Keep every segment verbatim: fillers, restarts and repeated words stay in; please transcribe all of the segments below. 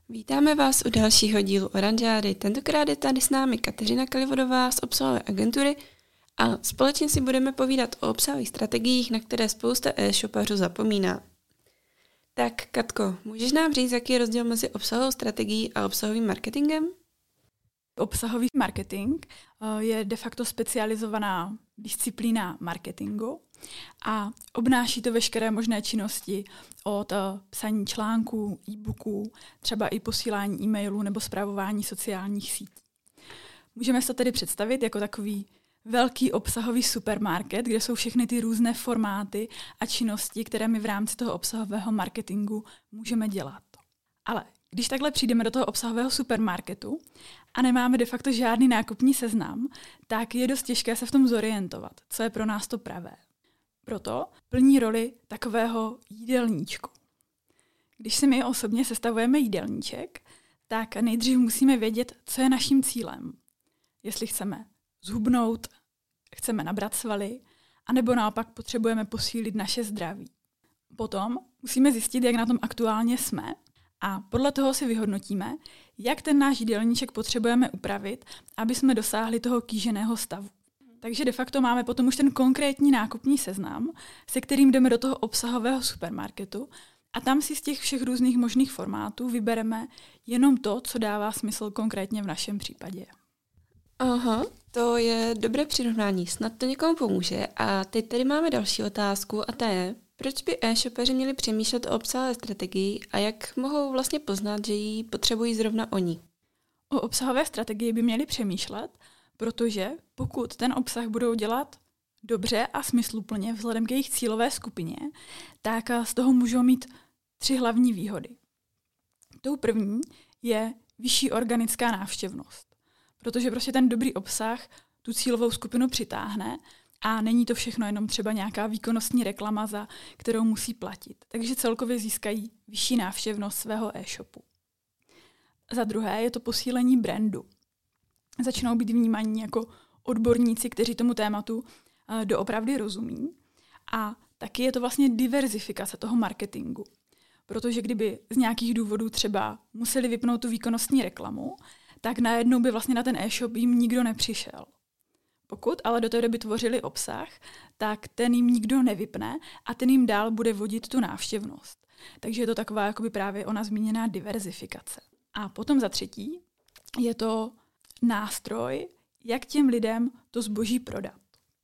Vítáme vás u dalšího dílu Oranžády. Tentokrát je tady s námi Kateřina Kalivodová z obsahové agentury a společně si budeme povídat o obsahových strategiích, na které spousta e-shopařů zapomíná. Tak Katko, můžeš nám říct, jaký je rozdíl mezi obsahovou strategií a obsahovým marketingem? Obsahový marketing je de facto specializovaná disciplína marketingu a obnáší to veškeré možné činnosti od psaní článků, e-booků, třeba i posílání e-mailů nebo spravování sociálních sítí. Můžeme se to tedy představit jako takový velký obsahový supermarket, kde jsou všechny ty různé formáty a činnosti, které my v rámci toho obsahového marketingu můžeme dělat. Ale když takhle přijdeme do toho obsahového supermarketu a nemáme de facto žádný nákupní seznam, tak je dost těžké se v tom zorientovat, co je pro nás to pravé. Proto plní roli takového jídelníčku. Když si my osobně sestavujeme jídelníček, tak nejdřív musíme vědět, co je naším cílem. Jestli chceme zhubnout, chceme nabrat svaly, anebo naopak potřebujeme posílit naše zdraví. Potom musíme zjistit, jak na tom aktuálně jsme, a podle toho si vyhodnotíme, jak ten náš jídelníček potřebujeme upravit, aby jsme dosáhli toho kýženého stavu. Takže de facto máme potom už ten konkrétní nákupní seznam, se kterým jdeme do toho obsahového supermarketu a tam si z těch všech různých možných formátů vybereme jenom to, co dává smysl konkrétně v našem případě. Aha, to je dobré přirovnání, snad to někomu pomůže. A teď tady máme další otázku a ta je, proč by e-shopeři měli přemýšlet o obsahové strategii a jak mohou vlastně poznat, že ji potřebují zrovna oni? O obsahové strategii by měli přemýšlet, protože pokud ten obsah budou dělat dobře a smysluplně vzhledem k jejich cílové skupině, tak z toho můžou mít tři hlavní výhody. Tou první je vyšší organická návštěvnost, protože prostě ten dobrý obsah tu cílovou skupinu přitáhne a není to všechno jenom třeba nějaká výkonnostní reklama, za kterou musí platit. Takže celkově získají vyšší návštěvnost svého e-shopu. Za druhé je to posílení brandu. Začnou být vnímaní jako odborníci, kteří tomu tématu doopravdy rozumí. A taky je to vlastně diverzifikace toho marketingu. Protože kdyby z nějakých důvodů třeba museli vypnout tu výkonnostní reklamu, tak najednou by vlastně na ten e-shop jim nikdo nepřišel. Pokud ale do té doby tvořili obsah, tak ten jim nikdo nevypne a ten jim dál bude vodit tu návštěvnost. Takže je to taková jakoby právě ona zmíněná diverzifikace. A potom za třetí je to nástroj, jak těm lidem to zboží prodat.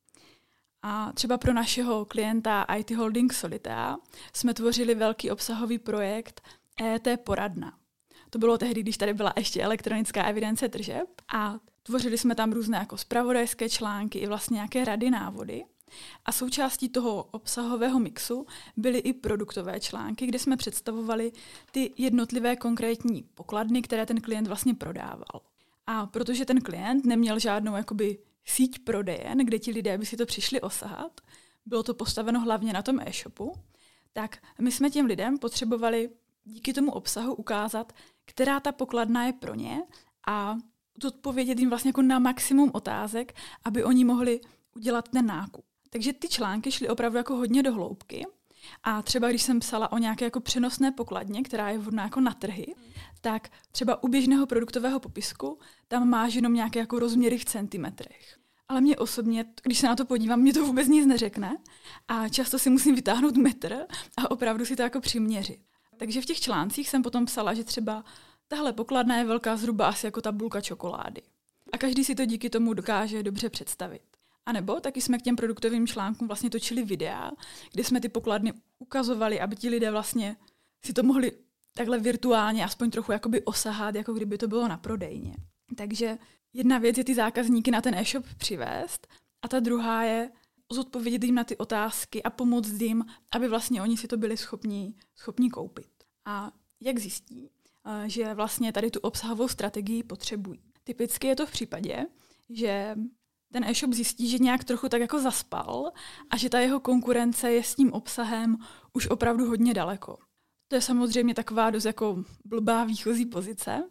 A třeba pro našeho klienta í té Holding Solitea jsme tvořili velký obsahový projekt E T Poradna. To bylo tehdy, když tady byla ještě elektronická evidence tržeb a tvořili jsme tam různé jako zpravodajské články i vlastně nějaké rady, návody. A součástí toho obsahového mixu byly i produktové články, kde jsme představovali ty jednotlivé konkrétní pokladny, které ten klient vlastně prodával. A protože ten klient neměl žádnou jakoby síť prodejen, kde ti lidé by si to přišli osahat, bylo to postaveno hlavně na tom e-shopu, tak my jsme těm lidem potřebovali díky tomu obsahu ukázat, která ta pokladna je pro ně a odpovědět jim vlastně jako na maximum otázek, aby oni mohli udělat ten nákup. Takže ty články šly opravdu jako hodně do hloubky a třeba když jsem psala o nějaké jako přenosné pokladně, která je vhodná jako na trhy, tak třeba u běžného produktového popisku tam máš jenom nějaké jako rozměry v centimetrech. Ale mě osobně, když se na to podívám, mě to vůbec nic neřekne a často si musím vytáhnout metr a opravdu si to jako přiměřit. Takže v těch článcích jsem potom psala, že třeba tahle pokladna je velká zhruba asi jako tabulka čokolády. A každý si to díky tomu dokáže dobře představit. A nebo taky jsme k těm produktovým článkům vlastně točili videa, kde jsme ty pokladny ukazovali, aby ti lidé vlastně si to mohli takhle virtuálně aspoň trochu jakoby osahat, jako kdyby to bylo na prodejně. Takže jedna věc je ty zákazníky na ten e-shop přivést a ta druhá je zodpovědět jim na ty otázky a pomoct jim, aby vlastně oni si to byli schopni, schopni koupit. A jak zjistí, že vlastně tady tu obsahovou strategii potřebují. Typicky je to v případě, že ten e-shop zjistí, že nějak trochu tak jako zaspal a že ta jeho konkurence je s tím obsahem už opravdu hodně daleko. To je samozřejmě taková dost jako blbá výchozí pozice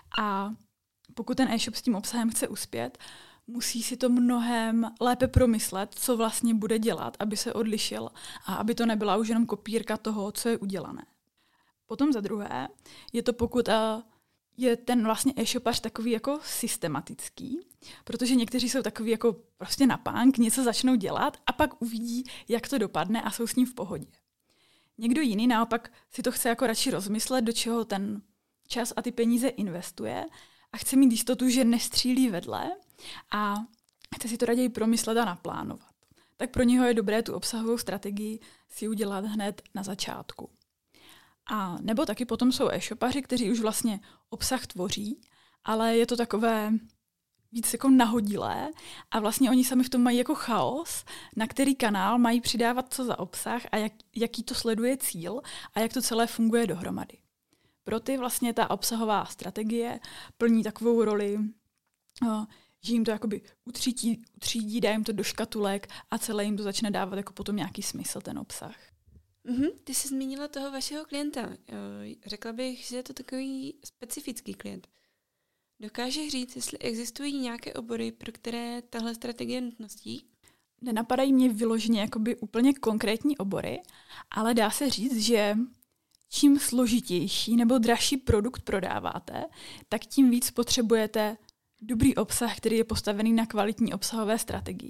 a pokud ten e-shop s tím obsahem chce uspět, musí si to mnohem lépe promyslet, co vlastně bude dělat, aby se odlišil a aby to nebyla už jenom kopírka toho, co je udělané. Potom za druhé je to, pokud uh, je ten vlastně e-shopař takový jako systematický, protože někteří jsou takový jako prostě na pánk, něco začnou dělat a pak uvidí, jak to dopadne a jsou s ním v pohodě. Někdo jiný naopak si to chce jako radši rozmyslet, do čeho ten čas a ty peníze investuje a chce mít jistotu, že nestřílí vedle a chce si to raději promyslet a naplánovat. Tak pro něho je dobré tu obsahovou strategii si udělat hned na začátku. A nebo taky potom jsou e-shopaři, kteří už vlastně obsah tvoří, ale je to takové víc jako nahodilé a vlastně oni sami v tom mají jako chaos, na který kanál mají přidávat co za obsah a jak, jaký to sleduje cíl a jak to celé funguje dohromady. Pro ty vlastně ta obsahová strategie plní takovou roli, že jim to jakoby utřídí, utřídí, dá jim to do škatulek a celé jim to začne dávat jako potom nějaký smysl ten obsah. Mm-hmm. Ty jsi zmínila toho vašeho klienta. Řekla bych, že je to takový specifický klient. Dokážeš říct, jestli existují nějaké obory, pro které tahle strategie nutností? Nenapadají mě vyloženě jakoby úplně konkrétní obory, ale dá se říct, že čím složitější nebo dražší produkt prodáváte, tak tím víc potřebujete dobrý obsah, který je postavený na kvalitní obsahové strategii.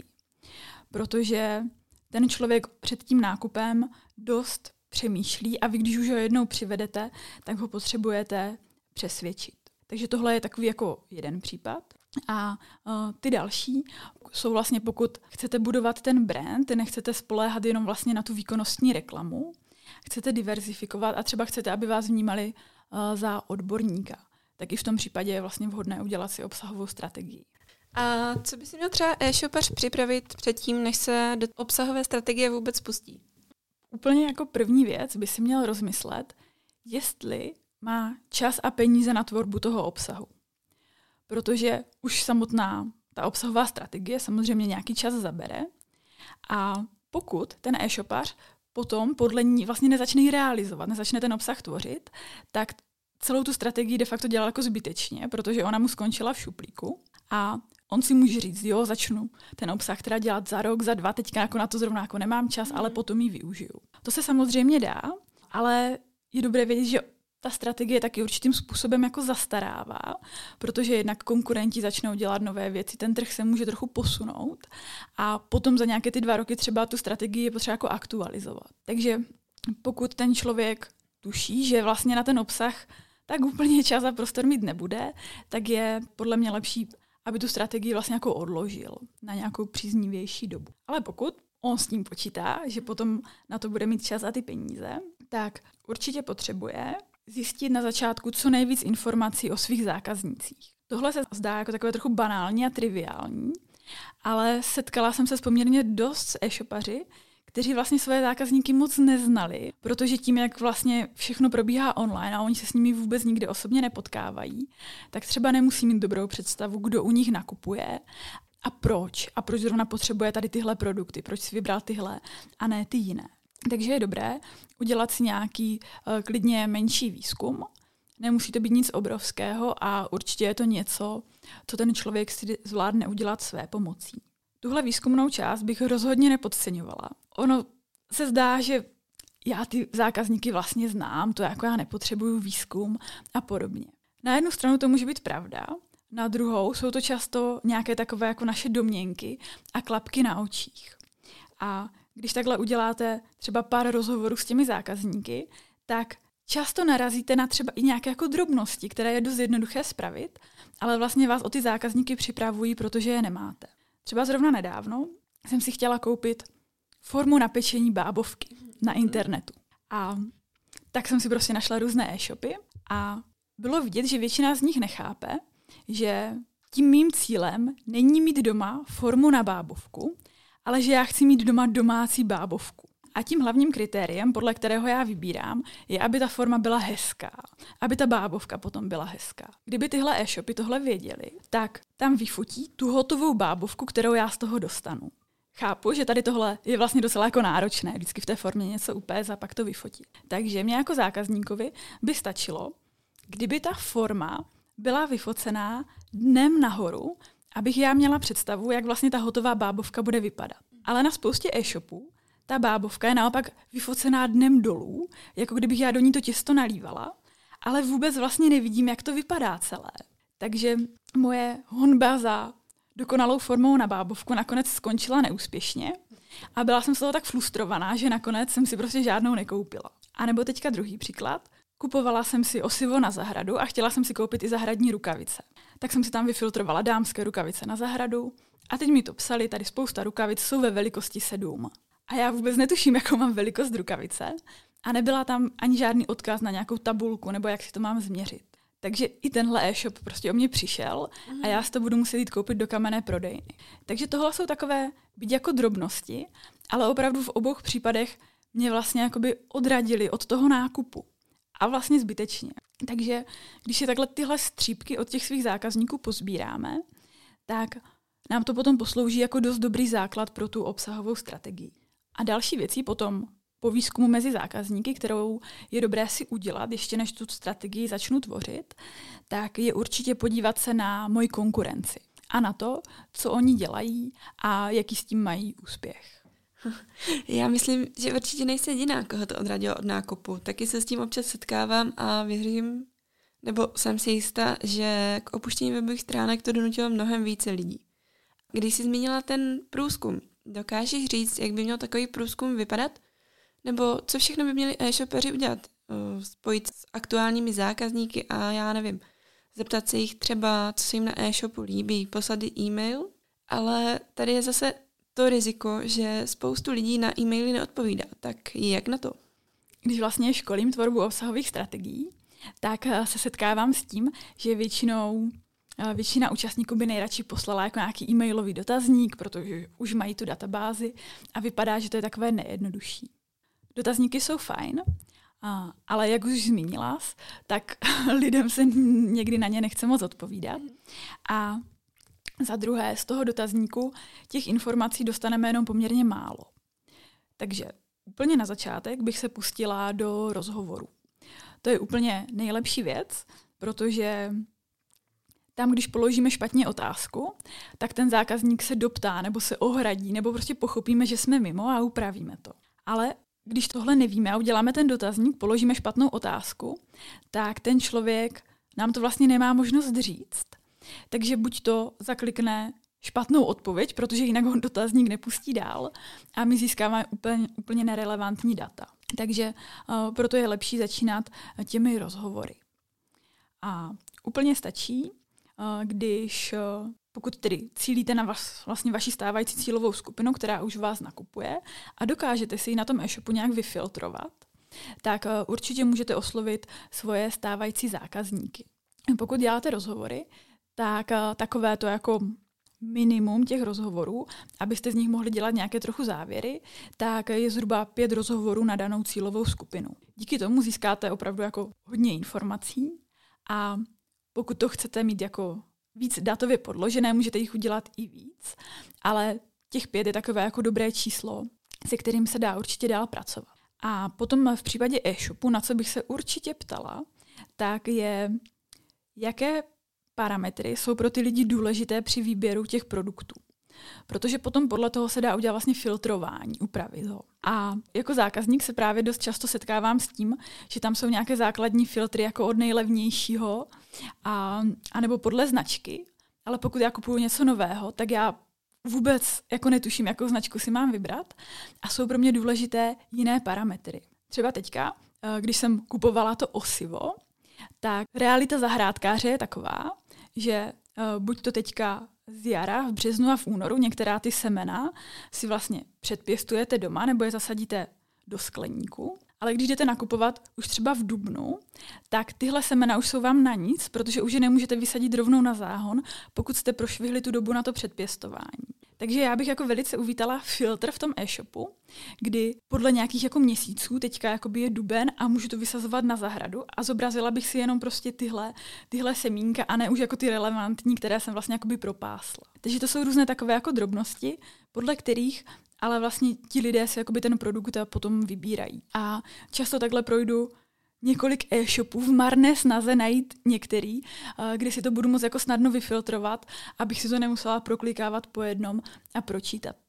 Protože ten člověk před tím nákupem dost přemýšlí a vy, když už ho jednou přivedete, tak ho potřebujete přesvědčit. Takže tohle je takový jako jeden případ. A uh, ty další jsou vlastně, pokud chcete budovat ten brand, nechcete spoléhat jenom vlastně na tu výkonnostní reklamu, chcete diverzifikovat a třeba chcete, aby vás vnímali uh, za odborníka, tak i v tom případě je vlastně vhodné udělat si obsahovou strategii. A co by si měl třeba e-shopař připravit předtím, než se do obsahové strategie vůbec pustí? Úplně jako první věc by si měl rozmyslet, jestli má čas a peníze na tvorbu toho obsahu. Protože už samotná ta obsahová strategie samozřejmě nějaký čas zabere a pokud ten e-shopař potom podle ní vlastně nezačne realizovat, nezačne ten obsah tvořit, tak celou tu strategii de facto dělal jako zbytečně, protože ona mu skončila v šuplíku a on si může říct, jo, začnu ten obsah teda dělat za rok, za dva, teďka jako na to zrovna jako nemám čas, ale potom ji využiju. To se samozřejmě dá, ale je dobré vědět, že ta strategie taky určitým způsobem jako zastarává, protože jednak konkurenti začnou dělat nové věci, ten trh se může trochu posunout a potom za nějaké ty dva roky třeba tu strategii je potřeba jako aktualizovat. Takže pokud ten člověk tuší, že vlastně na ten obsah tak úplně čas a prostor mít nebude, tak je podle mě lepší, aby tu strategii vlastně jako odložil na nějakou příznivější dobu. Ale pokud on s tím počítá, že potom na to bude mít čas a ty peníze, tak určitě potřebuje zjistit na začátku co nejvíc informací o svých zákaznících. Tohle se zdá jako takové trochu banální a triviální, ale setkala jsem se s poměrně dost s e-shopaři, kteří vlastně své zákazníky moc neznali, protože tím, jak vlastně všechno probíhá online a oni se s nimi vůbec nikdy osobně nepotkávají, tak třeba nemusí mít dobrou představu, kdo u nich nakupuje a proč. A proč zrovna potřebuje tady tyhle produkty, proč si vybral tyhle a ne ty jiné. Takže je dobré udělat si nějaký uh, klidně menší výzkum. Nemusí to být nic obrovského a určitě je to něco, co ten člověk si zvládne udělat své pomocí. Tuhle výzkumnou část bych rozhodně nepodceňovala. Ono se zdá, že já ty zákazníky vlastně znám, to jako já nepotřebuju výzkum a podobně. Na jednu stranu to může být pravda, na druhou jsou to často nějaké takové jako naše domněnky a klapky na očích. A když takhle uděláte třeba pár rozhovorů s těmi zákazníky, tak často narazíte na třeba i nějaké jako drobnosti, které je dost jednoduché spravit, ale vlastně vás o ty zákazníky připravují, protože je nemáte. Třeba zrovna nedávno jsem si chtěla koupit formu na pečení bábovky na internetu. A tak jsem si prostě našla různé e-shopy a bylo vidět, že většina z nich nechápe, že tím mým cílem není mít doma formu na bábovku, ale že já chci mít doma domácí bábovku. A tím hlavním kritériem, podle kterého já vybírám, je, aby ta forma byla hezká. Aby ta bábovka potom byla hezká. Kdyby tyhle e-shopy tohle věděli, tak tam vyfotí tu hotovou bábovku, kterou já z toho dostanu. Chápu, že tady tohle je vlastně docela jako náročné, vždycky v té formě něco upéct a pak to vyfotit. Takže mě jako zákazníkovi by stačilo, kdyby ta forma byla vyfocená dnem nahoru, abych já měla představu, jak vlastně ta hotová bábovka bude vypadat. Ale na spoustě e-shopů ta bábovka je naopak vyfocená dnem dolů, jako kdybych já do ní to těsto nalívala, ale vůbec vlastně nevidím, jak to vypadá celé. Takže moje honba za dokonalou formou na bábovku nakonec skončila neúspěšně a byla jsem z toho tak frustrovaná, že nakonec jsem si prostě žádnou nekoupila. A nebo teďka druhý příklad. Kupovala jsem si osivo na zahradu a chtěla jsem si koupit i zahradní rukavice. Tak jsem si tam vyfiltrovala dámské rukavice na zahradu a teď mi to psali, tady spousta rukavic jsou ve velikosti sedm. A já vůbec netuším, jakou mám velikost rukavice a nebyla tam ani žádný odkaz na nějakou tabulku nebo jak si to mám změřit. Takže i tenhle e-shop prostě o mě přišel a já si to budu muset jít koupit do kamenné prodejny. Takže tohle jsou takové byť jako drobnosti, ale opravdu v obou případech mě vlastně jakoby odradili od toho nákupu. A vlastně zbytečně. Takže když si takhle tyhle střípky od těch svých zákazníků pozbíráme, tak nám to potom poslouží jako dost dobrý základ pro tu obsahovou strategii. A další věcí potom po výzkumu mezi zákazníky, kterou je dobré si udělat, ještě než tu strategii začnu tvořit, tak je určitě podívat se na moji konkurenci a na to, co oni dělají a jaký s tím mají úspěch. Já myslím, že určitě nejsi jediná, koho to odradilo od nákupu. Taky se s tím občas setkávám a věřím, nebo jsem si jistá, že k opuštění webových stránek to donutilo mnohem více lidí. Když jsi zmínila ten průzkum, dokážeš říct, jak by měl takový průzkum vypadat? Nebo co všechno by měli e-shopeři udělat? Spojit s aktuálními zákazníky a já nevím, zeptat se jich třeba, co se jim na e-shopu líbí, poslat e-mail, ale tady je zase to riziko, že spoustu lidí na e-maily neodpovídá. Tak jak na to? Když vlastně školím tvorbu obsahových strategií, tak se setkávám s tím, že většinou většina účastníků by nejradši poslala jako nějaký e-mailový dotazník, protože už mají tu databázi a vypadá, že to je takové nejjednodušší. Dotazníky jsou fajn, ale jak už zmínila, tak lidem se někdy na ně nechce moc odpovídat. A za druhé, z toho dotazníku těch informací dostaneme jenom poměrně málo. Takže úplně na začátek bych se pustila do rozhovoru. To je úplně nejlepší věc, protože tam, když položíme špatně otázku, tak ten zákazník se doptá nebo se ohradí, nebo prostě pochopíme, že jsme mimo a upravíme to. Ale když tohle nevíme a uděláme ten dotazník, položíme špatnou otázku, tak ten člověk nám to vlastně nemá možnost říct. Takže buď to zaklikne špatnou odpověď, protože jinak ho dotazník nepustí dál a my získáváme úplně, úplně nerelevantní data. Takže uh, proto je lepší začínat těmi rozhovory. A úplně stačí, uh, když uh, pokud tedy cílíte na vás, vlastně vaši stávající cílovou skupinu, která už vás nakupuje a dokážete si ji na tom e-shopu nějak vyfiltrovat, tak uh, určitě můžete oslovit svoje stávající zákazníky. Pokud děláte rozhovory, tak uh, takové to jako minimum těch rozhovorů, abyste z nich mohli dělat nějaké trochu závěry, tak je zhruba pět rozhovorů na danou cílovou skupinu. Díky tomu získáte opravdu jako hodně informací a pokud to chcete mít jako víc datově podložené, můžete jich udělat i víc, ale těch pět je takové jako dobré číslo, se kterým se dá určitě dál pracovat. A potom v případě e-shopu, na co bych se určitě ptala, tak je, jaké parametry jsou pro ty lidi důležité při výběru těch produktů. Protože potom podle toho se dá udělat vlastně filtrování, upravit ho. A jako zákazník se právě dost často setkávám s tím, že tam jsou nějaké základní filtry jako od nejlevnějšího a, a nebo podle značky, ale pokud já kupuju něco nového, tak já vůbec jako netuším, jakou značku si mám vybrat a jsou pro mě důležité jiné parametry. Třeba teďka, když jsem kupovala to osivo, tak realita zahrádkáře je taková, že uh, buď to teďka z jara, v březnu a v únoru některá ty semena si vlastně předpěstujete doma nebo je zasadíte do skleníku, ale když jdete nakupovat už třeba v dubnu, tak tyhle semena už jsou vám na nic, protože už je nemůžete vysadit rovnou na záhon, pokud jste prošvihli tu dobu na to předpěstování. Takže já bych jako velice uvítala filtr v tom e-shopu, kdy podle nějakých jako měsíců, teďka jakoby je duben a můžu to vysazovat na zahradu a zobrazila bych si jenom prostě tyhle, tyhle semínka a ne už jako ty relevantní, které jsem vlastně jakoby propásla. Takže to jsou různé takové jako drobnosti, podle kterých ale vlastně ti lidé si jakoby ten produkt potom vybírají. A často takhle projdu několik e-shopů v marné snaze najít některý, kde si to budu moct jako snadno vyfiltrovat, abych si to nemusela proklikávat po jednom a pročítat to.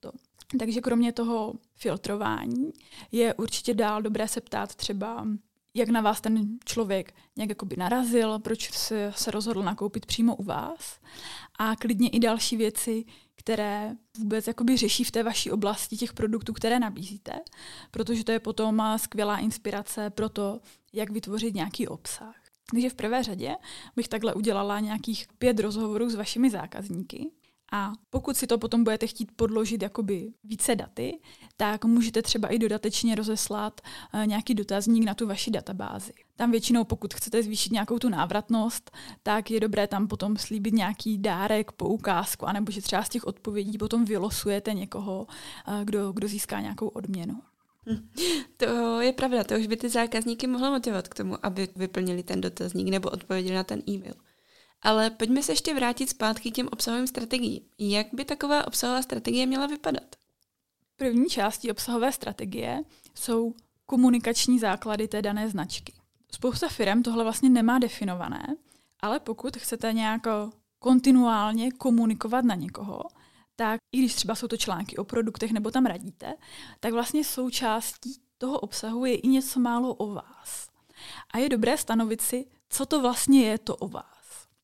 Takže kromě toho filtrování je určitě dál dobré se ptát třeba, jak na vás ten člověk nějak jakoby narazil, proč se, se rozhodl nakoupit přímo u vás a klidně i další věci, které vůbec jakoby řeší v té vaší oblasti těch produktů, které nabízíte, protože to je potom skvělá inspirace pro to, jak vytvořit nějaký obsah. Takže v prvé řadě bych takhle udělala nějakých pět rozhovorů s vašimi zákazníky a pokud si to potom budete chtít podložit jakoby více daty, tak můžete třeba i dodatečně rozeslat nějaký dotazník na tu vaši databázi. Tam většinou, pokud chcete zvýšit nějakou tu návratnost, tak je dobré tam potom slíbit nějaký dárek, poukázku, anebo že třeba z těch odpovědí potom vylosujete někoho, kdo, kdo získá nějakou odměnu. To je pravda, to už by ty zákazníky mohlo motivovat k tomu, aby vyplnili ten dotazník nebo odpověděli na ten e-mail. Ale pojďme se ještě vrátit zpátky k těm obsahovým strategiím. Jak by taková obsahová strategie měla vypadat? První částí obsahové strategie jsou komunikační základy té dané značky. Spousta firem tohle vlastně nemá definované, ale pokud chcete nějak kontinuálně komunikovat na někoho, tak i když třeba jsou to články o produktech nebo tam radíte, tak vlastně součástí toho obsahu je i něco málo o vás. A je dobré stanovit si, co to vlastně je to o vás.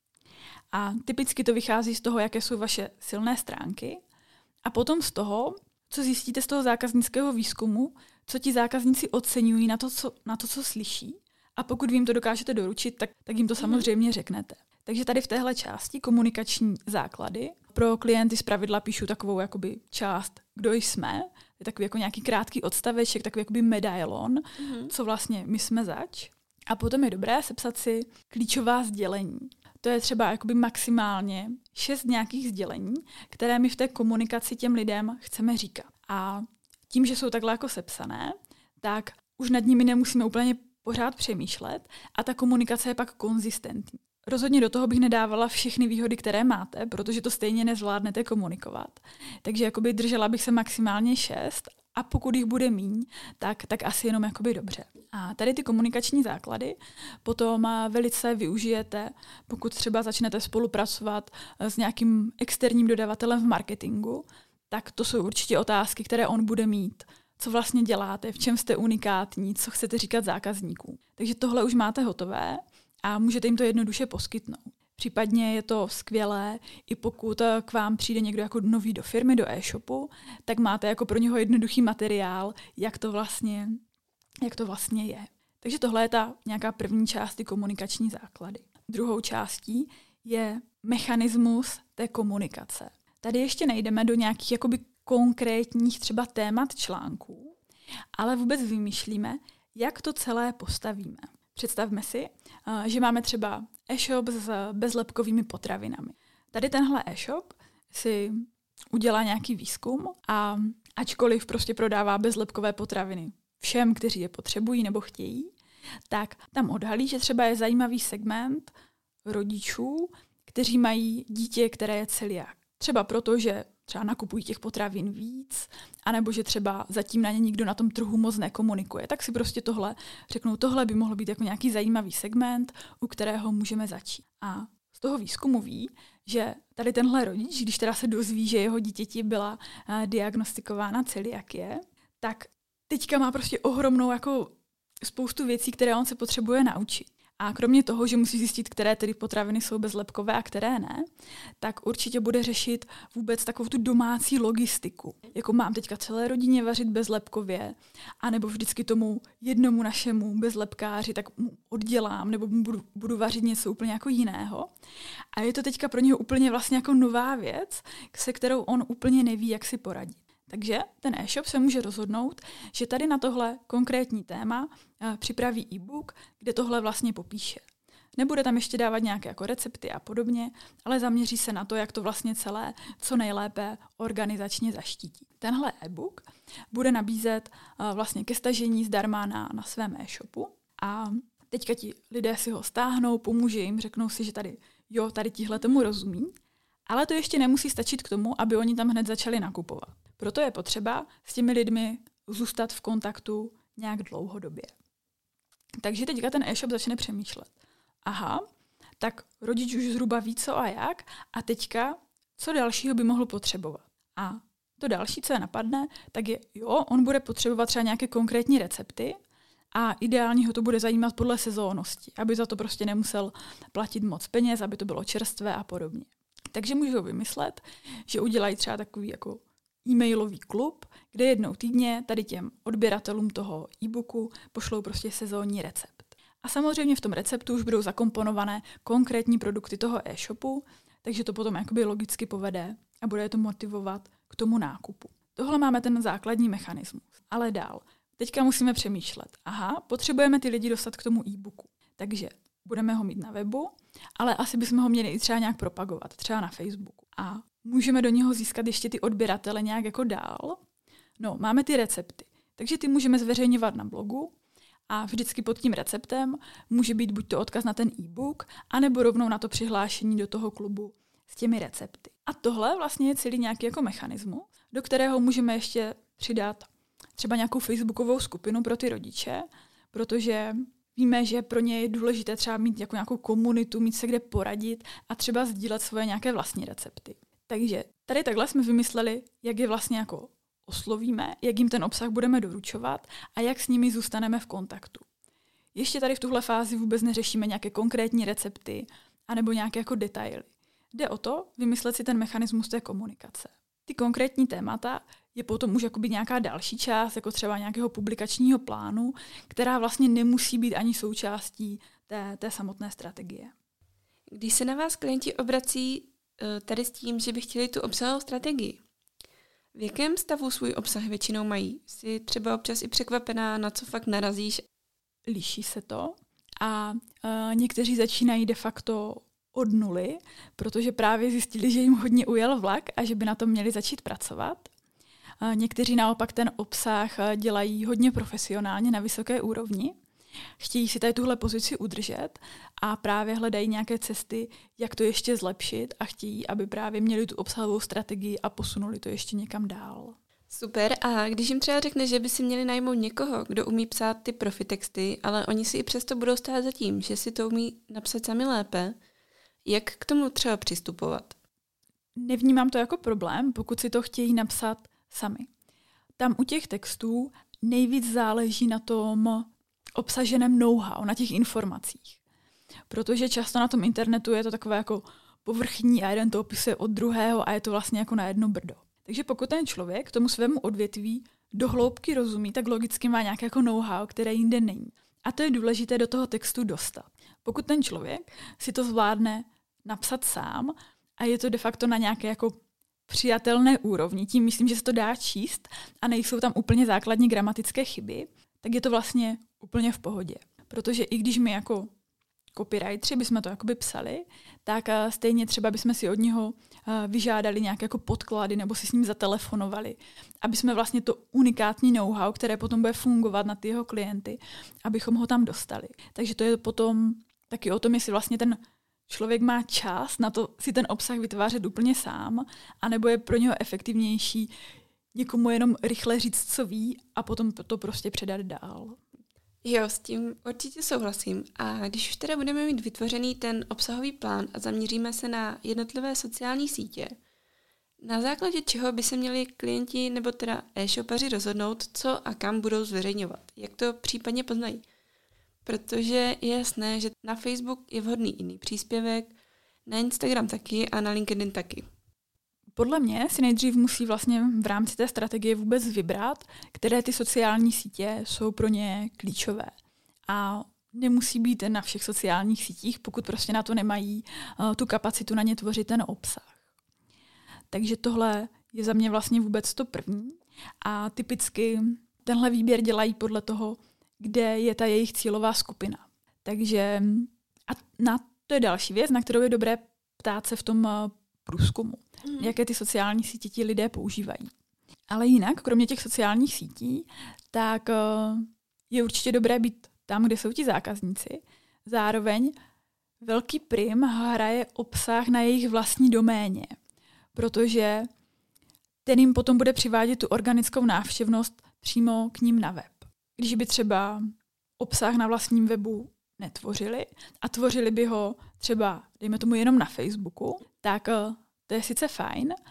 A typicky to vychází z toho, jaké jsou vaše silné stránky a potom z toho, co zjistíte z toho zákaznického výzkumu, co ti zákazníci oceňují na to, co, na to, co slyší. A pokud vy jim to dokážete doručit, tak, tak jim to samozřejmě řeknete. Takže tady v téhle části komunikační základy pro klienty zpravidla píšu takovou jakoby část, kdo jsme, je takový jako nějaký krátký odstaveček, takový jakoby medailon, mm-hmm. co vlastně my jsme zač. A potom je dobré sepsat si klíčová sdělení. To je třeba jakoby maximálně šest nějakých sdělení, které my v té komunikaci těm lidem chceme říkat. A tím, že jsou takhle jako sepsané, tak už nad nimi nemusíme úplně pořád přemýšlet a ta komunikace je pak konzistentní. Rozhodně do toho bych nedávala všechny výhody, které máte, protože to stejně nezvládnete komunikovat. Takže jakoby držela bych se maximálně šest a pokud jich bude míň, tak, tak asi jenom jakoby dobře. A tady ty komunikační základy potom velice využijete, pokud třeba začnete spolupracovat s nějakým externím dodavatelem v marketingu, tak to jsou určitě otázky, které on bude mít. Co vlastně děláte, v čem jste unikátní, co chcete říkat zákazníkům. Takže tohle už máte hotové a můžete jim to jednoduše poskytnout. Případně je to skvělé, i pokud k vám přijde někdo jako nový do firmy, do e-shopu, tak máte jako pro něho jednoduchý materiál, jak to vlastně, jak to vlastně je. Takže tohle je ta nějaká první část, ty komunikační základy. Druhou částí je mechanismus té komunikace. Tady ještě nejdeme do nějakých jakoby konkrétních třeba témat článků, ale vůbec vymýšlíme, jak to celé postavíme. Představme si, že máme třeba e-shop s bezlepkovými potravinami. Tady tenhle e-shop si udělá nějaký výzkum a ačkoliv prostě prodává bezlepkové potraviny všem, kteří je potřebují nebo chtějí, tak tam odhalí, že třeba je zajímavý segment rodičů, kteří mají dítě, které je celiák. Třeba proto, že třeba nakupují těch potravin víc, anebo že třeba zatím na ně nikdo na tom trhu moc nekomunikuje. Tak si prostě tohle řeknou, tohle by mohlo být jako nějaký zajímavý segment, u kterého můžeme začít. A z toho výzkumu ví, že tady tenhle rodič, když teda se dozví, že jeho dítěti byla uh, diagnostikována celiakie, tak teďka má prostě ohromnou jako spoustu věcí, které on se potřebuje naučit. A kromě toho, že musí zjistit, které tedy potraviny jsou bezlepkové a které ne, tak určitě bude řešit vůbec takovou tu domácí logistiku. Jako mám teďka celé rodině vařit bezlepkově, anebo vždycky tomu jednomu našemu bezlepkáři tak mu oddělám, nebo mu budu, budu vařit něco úplně jako jiného. A je to teďka pro něho úplně vlastně jako nová věc, se kterou on úplně neví, jak si poradit. Takže ten e-shop se může rozhodnout, že tady na tohle konkrétní téma připraví e-book, kde tohle vlastně popíše. Nebude tam ještě dávat nějaké jako recepty a podobně, ale zaměří se na to, jak to vlastně celé co nejlépe organizačně zaštítí. Tenhle e-book bude nabízet vlastně ke stažení zdarma na, na svém e-shopu a teďka ti lidé si ho stáhnou, pomůže jim, řeknou si, že tady jo, tady tihle tomu rozumí, ale to ještě nemusí stačit k tomu, aby oni tam hned začali nakupovat. Proto je potřeba s těmi lidmi zůstat v kontaktu nějak dlouhodobě. Takže teďka ten e-shop začne přemýšlet. Aha, tak rodič už zhruba ví co a jak a teďka co dalšího by mohl potřebovat. A To další, co je napadne, tak je, jo, on bude potřebovat třeba nějaké konkrétní recepty a ideálně ho to bude zajímat podle sezónnosti, aby za to prostě nemusel platit moc peněz, aby to bylo čerstvé a podobně. Takže můžou vymyslet, že udělají třeba takový jako e-mailový klub, kde jednou týdně tady těm odběratelům toho e-booku pošlou prostě sezónní recept. A samozřejmě v tom receptu už budou zakomponované konkrétní produkty toho e-shopu, takže to potom jakoby logicky povede a bude to motivovat k tomu nákupu. Tohle máme ten základní mechanismus. Ale dál. Teďka musíme přemýšlet. Aha, potřebujeme ty lidi dostat k tomu e-booku. Takže budeme ho mít na webu, ale asi bychom ho měli i třeba nějak propagovat, třeba na Facebooku. A můžeme do něho získat ještě ty odběratele nějak jako dál. No, máme ty recepty. Takže ty můžeme zveřejňovat na blogu a vždycky pod tím receptem může být buď to odkaz na ten e-book, anebo rovnou na to přihlášení do toho klubu s těmi recepty. A tohle vlastně je celý nějaký jako mechanismus, do kterého můžeme ještě přidat třeba nějakou facebookovou skupinu pro ty rodiče, protože víme, že pro ně je důležité třeba mít jako nějakou komunitu, mít se kde poradit a třeba sdílet svoje nějaké vlastní recepty. Takže tady takhle jsme vymysleli, jak je vlastně jako oslovíme, jak jim ten obsah budeme doručovat a jak s nimi zůstaneme v kontaktu. Ještě tady v tuhle fázi vůbec neřešíme nějaké konkrétní recepty anebo nějaké jako detaily. Jde o to vymyslet si ten mechanismus té komunikace. Ty konkrétní témata je potom už jakoby nějaká další část, jako třeba nějakého publikačního plánu, která vlastně nemusí být ani součástí té, té samotné strategie. Když se na vás klienti obrací tady s tím, že by chtěli tu obsahovou strategii, v jakém stavu svůj obsah většinou mají? Jsi třeba občas i překvapená, na co fakt narazíš? Liší se to a uh, někteří začínají de facto od nuly, protože právě zjistili, že jim hodně ujel vlak a že by na tom měli začít pracovat. Uh, někteří naopak ten obsah uh, dělají hodně profesionálně na vysoké úrovni. Chtějí si tady tuhle pozici udržet a právě hledají nějaké cesty, jak to ještě zlepšit a chtějí, aby právě měli tu obsahovou strategii a posunuli to ještě někam dál. Super. A když jim třeba řekne, že by si měli najmout někoho, kdo umí psát ty profitexty, ale oni si i přesto budou stát za tím, že si to umí napsat sami lépe, jak k tomu třeba přistupovat? Nevnímám to jako problém, pokud si to chtějí napsat sami. Tam u těch textů nejvíc záleží na tom obsaženém know-how, na těch informacích. Protože často na tom internetu je to takové jako povrchní a jeden to opisuje od druhého a je to vlastně jako na jedno brdo. Takže pokud ten člověk tomu svému odvětví do hloubky rozumí, tak logicky má nějaké jako know-how, které jinde není. A to je důležité do toho textu dostat. Pokud ten člověk si to zvládne napsat sám a je to de facto na nějaké jako přijatelné úrovni, tím myslím, že se to dá číst a nejsou tam úplně základní gramatické chyby, tak je to vlastně úplně v pohodě. Protože i když my jako copywriteri bychom to jakoby psali, tak stejně třeba bychom si od něho vyžádali nějaké jako podklady nebo si s ním zatelefonovali, aby jsme vlastně to unikátní know-how, které potom bude fungovat na ty jeho klienty, abychom ho tam dostali. Takže to je potom taky o tom, jestli vlastně ten člověk má čas na to si ten obsah vytvářet úplně sám, anebo je pro něho efektivnější někomu jenom rychle říct, co ví a potom to prostě předat dál. Jo, s tím určitě souhlasím. A když už teda budeme mít vytvořený ten obsahový plán a zaměříme se na jednotlivé sociální sítě, na základě čeho by se měli klienti nebo teda e-shopaři rozhodnout, co a kam budou zveřejňovat? Jak to případně poznají? Protože je jasné, že na Facebook je vhodný jiný příspěvek, na Instagram taky a na LinkedIn taky. Podle mě si nejdřív musí vlastně v rámci té strategie vůbec vybrat, které ty sociální sítě jsou pro ně klíčové. A nemusí být na všech sociálních sítích, pokud prostě na to nemají uh, tu kapacitu na ně tvořit ten obsah. Takže tohle je za mě vlastně vůbec to první. A typicky tenhle výběr dělají podle toho, kde je ta jejich cílová skupina. Takže a na to je další věc, na kterou je dobré ptát se v tom uh, průzkumu. Mm. Jaké ty sociální sítě ti lidé používají. Ale jinak, kromě těch sociálních sítí, tak uh, je určitě dobré být tam, kde jsou ti zákazníci. Zároveň velký prim hraje obsah na jejich vlastní doméně, protože ten jim potom bude přivádět tu organickou návštěvnost přímo k ním na web. Když by třeba obsah na vlastním webu netvořili a tvořili by ho třeba, dejme tomu, jenom na Facebooku, tak uh, to je sice fajn,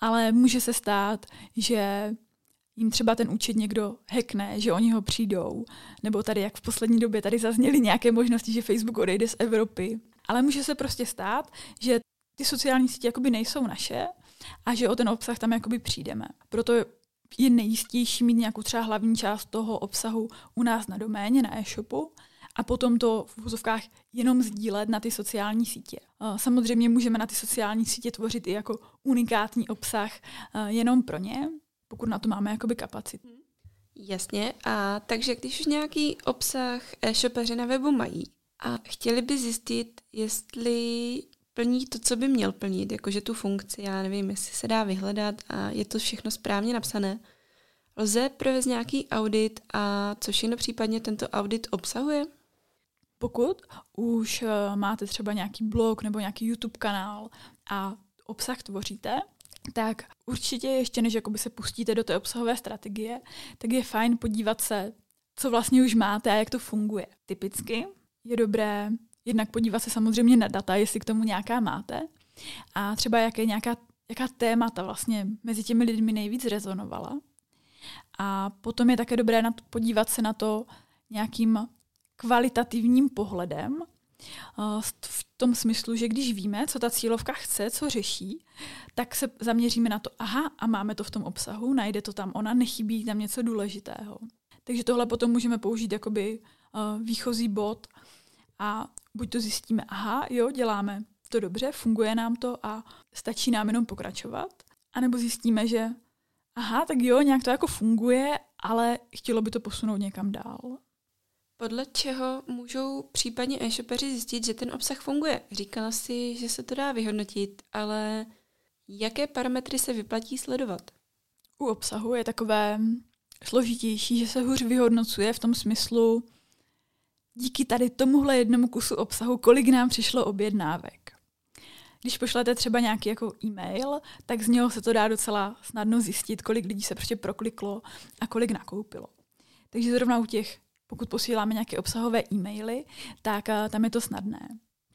ale může se stát, že jim třeba ten účet někdo hackne, že oni ho přijdou, nebo tady, jak v poslední době tady zazněly nějaké možnosti, že Facebook odejde z Evropy. Ale může se prostě stát, že ty sociální sítě jakoby nejsou naše a že o ten obsah tam jakoby přijdeme. Proto je nejistější mít nějakou třeba hlavní část toho obsahu u nás na doméně, na e-shopu a potom to v uvozovkách jenom sdílet na ty sociální sítě. Samozřejmě můžeme na ty sociální sítě tvořit i jako unikátní obsah jenom pro ně, pokud na to máme jakoby kapacitu. Jasně, a takže když už nějaký obsah e-shopeři na webu mají a chtěli by zjistit, jestli plní to, co by měl plnit, jakože tu funkci, já nevím, jestli se dá vyhledat a je to všechno správně napsané, lze provést nějaký audit a co všechno případně tento audit obsahuje? Pokud už máte třeba nějaký blog nebo nějaký YouTube kanál a obsah tvoříte, tak určitě ještě než jakoby se pustíte do té obsahové strategie, tak je fajn podívat se, co vlastně už máte a jak to funguje. Typicky je dobré jednak podívat se samozřejmě na data, jestli k tomu nějaká máte a třeba jaké nějaká, jaká témata vlastně mezi těmi lidmi nejvíc rezonovala. A potom je také dobré na to, podívat se na to nějakým kvalitativním pohledem, v tom smyslu, že když víme, co ta cílovka chce, co řeší, tak se zaměříme na to, aha, a máme to v tom obsahu, najde to tam ona, nechybí tam něco důležitého. Takže tohle potom můžeme použít jakoby uh, výchozí bod a buď to zjistíme, aha, jo, děláme to dobře, funguje nám to a stačí nám jenom pokračovat, anebo zjistíme, že aha, tak jo, nějak to jako funguje, ale chtělo by to posunout někam dál. Podle čeho můžou případně e-shopeři zjistit, že ten obsah funguje? Říkala si, že se to dá vyhodnotit, ale jaké parametry se vyplatí sledovat? U obsahu je takové složitější, že se hůř vyhodnocuje v tom smyslu díky tady tomuhle jednomu kusu obsahu, kolik nám přišlo objednávek. Když pošlete třeba nějaký jako e-mail, tak z něho se to dá docela snadno zjistit, kolik lidí se prostě prokliklo a kolik nakoupilo. Takže zrovna u těch, pokud posíláme nějaké obsahové e-maily, tak uh, tam je to snadné.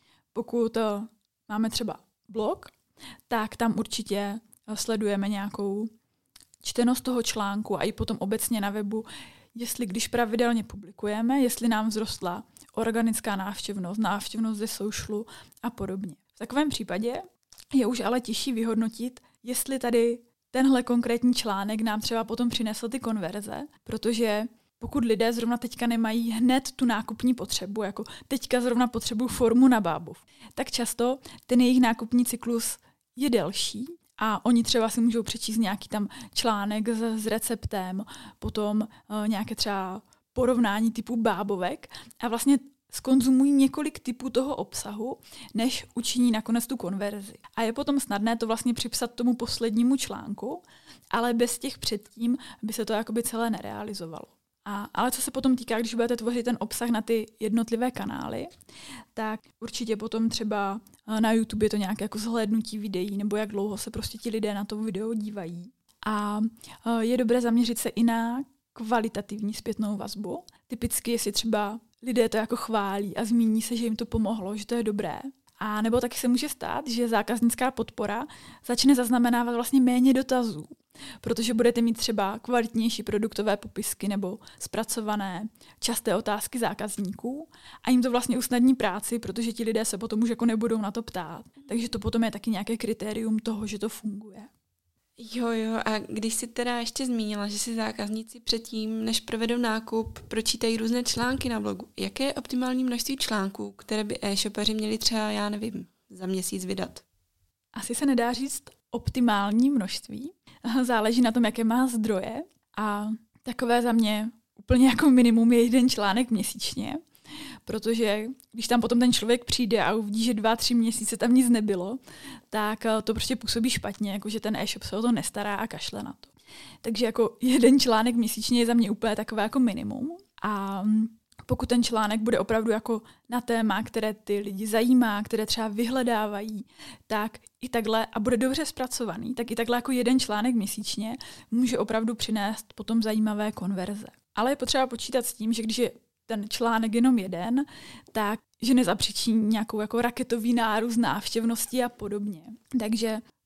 Pokud uh, máme třeba blog, tak tam určitě uh, sledujeme nějakou čtenost toho článku a i potom obecně na webu, jestli když pravidelně publikujeme, jestli nám vzrostla organická návštěvnost, návštěvnost ze socialu a podobně. V takovém případě je už ale těžší vyhodnotit, jestli tady tenhle konkrétní článek nám třeba potom přinesl ty konverze, protože pokud lidé zrovna teďka nemají hned tu nákupní potřebu, jako teďka zrovna potřebují formu na bábov, tak často ten jejich nákupní cyklus je delší a oni třeba si můžou přečíst nějaký tam článek s, s receptem, potom uh, nějaké třeba porovnání typu bábovek a vlastně skonzumují několik typů toho obsahu, než učiní nakonec tu konverzi. A je potom snadné to vlastně připsat tomu poslednímu článku, ale bez těch předtím by se to jakoby celé nerealizovalo. A, ale co se potom týká, když budete tvořit ten obsah na ty jednotlivé kanály, tak určitě potom třeba na YouTube je to nějaké jako zhlédnutí videí, nebo jak dlouho se prostě ti lidé na to video dívají. A je dobré zaměřit se i na kvalitativní zpětnou vazbu. Typicky, jestli třeba lidé to jako chválí a zmíní se, že jim to pomohlo, že to je dobré. A nebo taky se může stát, že zákaznická podpora začne zaznamenávat vlastně méně dotazů, protože budete mít třeba kvalitnější produktové popisky nebo zpracované časté otázky zákazníků a jim to vlastně usnadní práci, protože ti lidé se potom už jako nebudou na to ptát. Takže to potom je taky nějaké kritérium toho, že to funguje. Jo, jo, a když jsi teda ještě zmínila, že si zákazníci předtím, než provedou nákup, pročítají různé články na blogu. Jaké je optimální množství článků, které by e-shopeři měli třeba, já nevím, za měsíc vydat? Asi se nedá říct optimální množství. Záleží na tom, jaké má zdroje a takové za mě úplně jako minimum je jeden článek měsíčně, protože když tam potom ten člověk přijde a uvidí, že dva, tři měsíce tam nic nebylo, tak to prostě působí špatně, jakože ten e-shop se o to nestará a kašle na to. Takže jako jeden článek měsíčně je za mě úplně takové jako minimum a pokud ten článek bude opravdu jako na téma, které ty lidi zajímá, které třeba vyhledávají, tak i takhle, a bude dobře zpracovaný, tak i takhle jako jeden článek měsíčně může opravdu přinést potom zajímavé konverze. Ale je potřeba počítat s tím, že když je ten článek jenom jeden, tak že nezapříčiní nějakou jako raketový nárůst návštěvnosti a podobně. Takže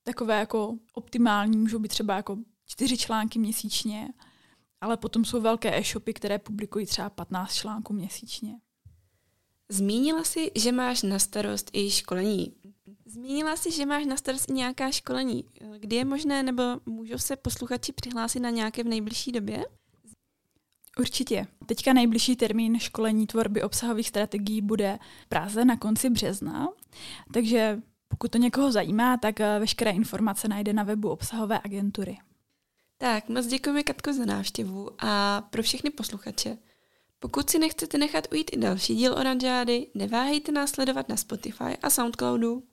takové jako optimální, můžou být třeba jako čtyři články měsíčně, ale potom jsou velké e-shopy, které publikují třeba patnáct článků měsíčně. Zmínila jsi, že máš na starost i školení. Zmínila jsi, že máš na starost i nějaká školení. Kdy je možné, nebo můžou se posluchači přihlásit na nějaké v nejbližší době? Určitě. Teďka nejbližší termín školení tvorby obsahových strategií bude v Praze na konci března, takže pokud to někoho zajímá, tak veškeré informace najde na webu obsahové agentury. Tak, moc děkujeme, Katko, za návštěvu a pro všechny posluchače. Pokud si nechcete nechat ujít i další díl Oranžády, neváhejte nás sledovat na Spotify a Soundcloudu.